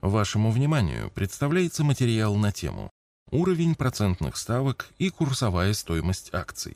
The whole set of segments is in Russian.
Вашему вниманию представляется материал на тему «Уровень процентных ставок и курсовая стоимость акций».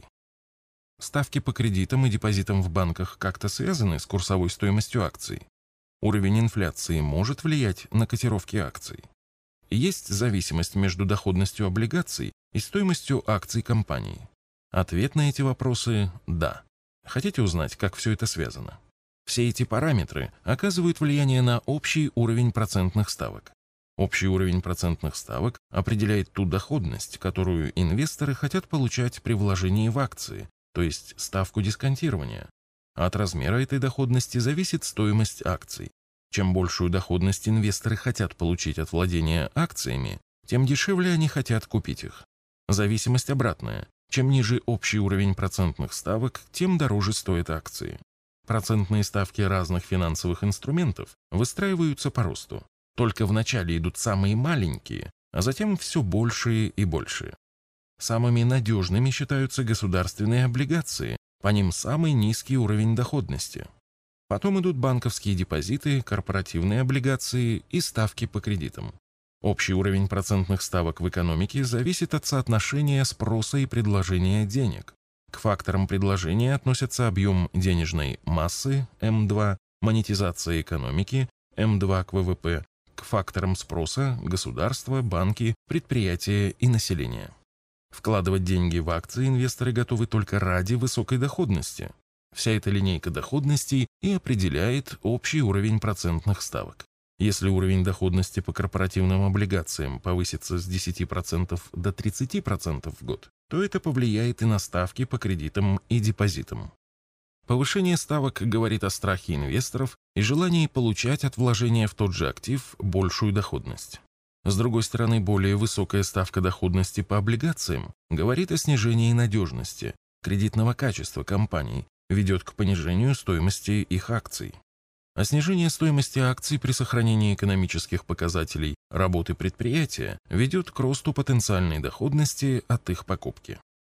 Ставки по кредитам и депозитам в банках как-то связаны с курсовой стоимостью акций. Уровень инфляции может влиять на котировки акций. Есть зависимость между доходностью облигаций и стоимостью акций компании. Ответ на эти вопросы – да. Хотите узнать, как все это связано? Все эти параметры оказывают влияние на общий уровень процентных ставок. Общий уровень процентных ставок определяет ту доходность, которую инвесторы хотят получать при вложении в акции, то есть ставку дисконтирования. От размера этой доходности зависит стоимость акций. Чем большую доходность инвесторы хотят получить от владения акциями, тем дешевле они хотят купить их. Зависимость обратная. Чем ниже общий уровень процентных ставок, тем дороже стоят акции. Процентные ставки разных финансовых инструментов выстраиваются по росту. Только вначале идут самые маленькие, а затем все большие и большие. Самыми надежными считаются государственные облигации, по ним самый низкий уровень доходности. Потом идут банковские депозиты, корпоративные облигации и ставки по кредитам. Общий уровень процентных ставок в экономике зависит от соотношения спроса и предложения денег. К факторам предложения относятся объем денежной массы, М2, монетизация экономики, М2 к ВВП, к факторам спроса – государство, банки, предприятия и население. Вкладывать деньги в акции инвесторы готовы только ради высокой доходности. Вся эта линейка доходностей и определяет общий уровень процентных ставок. Если уровень доходности по корпоративным облигациям повысится с 10% до 30% в год, то это повлияет и на ставки по кредитам и депозитам. Повышение ставок говорит о страхе инвесторов и желании получать от вложения в тот же актив большую доходность. С другой стороны, более высокая ставка доходности по облигациям говорит о снижении надежности, кредитного качества компаний, ведет к понижению стоимости их акций. А снижение стоимости акций при сохранении экономических показателей работы предприятия ведет к росту потенциальной доходности от их покупки.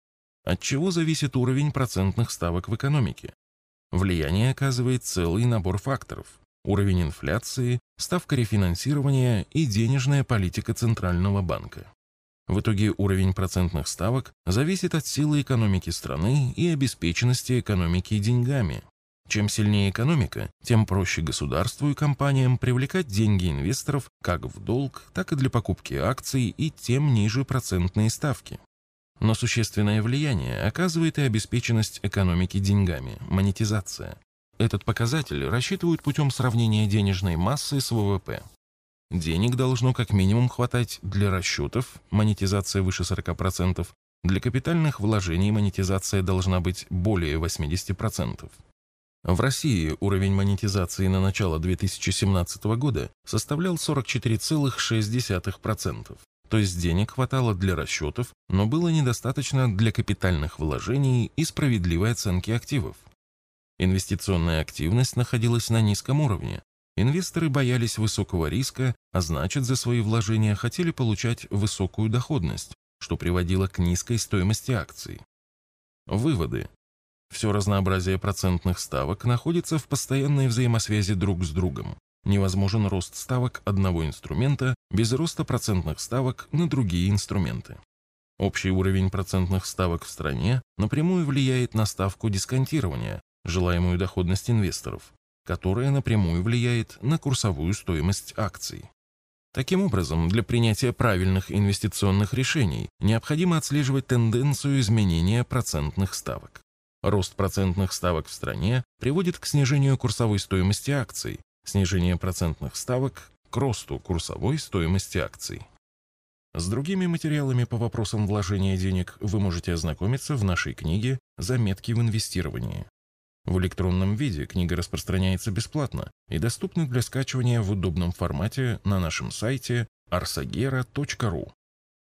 От чего зависит уровень процентных ставок в экономике? Влияние оказывает целый набор факторов: уровень инфляции, ставка рефинансирования и денежная политика Центрального банка. В итоге уровень процентных ставок зависит от силы экономики страны и обеспеченности экономики деньгами. Чем сильнее экономика, тем проще государству и компаниям привлекать деньги инвесторов как в долг, так и для покупки акций, и тем ниже процентные ставки. Но существенное влияние оказывает и обеспеченность экономики деньгами, монетизация. Этот показатель рассчитывают путем сравнения денежной массы с ВВП. Денег должно как минимум хватать для расчетов, монетизация выше 40%, для капитальных вложений монетизация должна быть более 80%. В России уровень монетизации на начало 2017 года составлял 44,6%, то есть денег хватало для расчетов, но было недостаточно для капитальных вложений и справедливой оценки активов. Инвестиционная активность находилась на низком уровне. Инвесторы боялись высокого риска, а значит, за свои вложения хотели получать высокую доходность, что приводило к низкой стоимости акций. Выводы. Все разнообразие процентных ставок находится в постоянной взаимосвязи друг с другом. Невозможен рост ставок одного инструмента без роста процентных ставок на другие инструменты. Общий уровень процентных ставок в стране напрямую влияет на ставку дисконтирования, желаемую доходность инвесторов, которая напрямую влияет на курсовую стоимость акций. Таким образом, для принятия правильных инвестиционных решений необходимо отслеживать тенденцию изменения процентных ставок. Рост процентных ставок в стране приводит к снижению курсовой стоимости акций, снижение процентных ставок к росту курсовой стоимости акций. С другими материалами по вопросам вложения денег вы можете ознакомиться в нашей книге «Заметки в инвестировании». В электронном виде книга распространяется бесплатно и доступна для скачивания в удобном формате на нашем сайте arsagera.ru.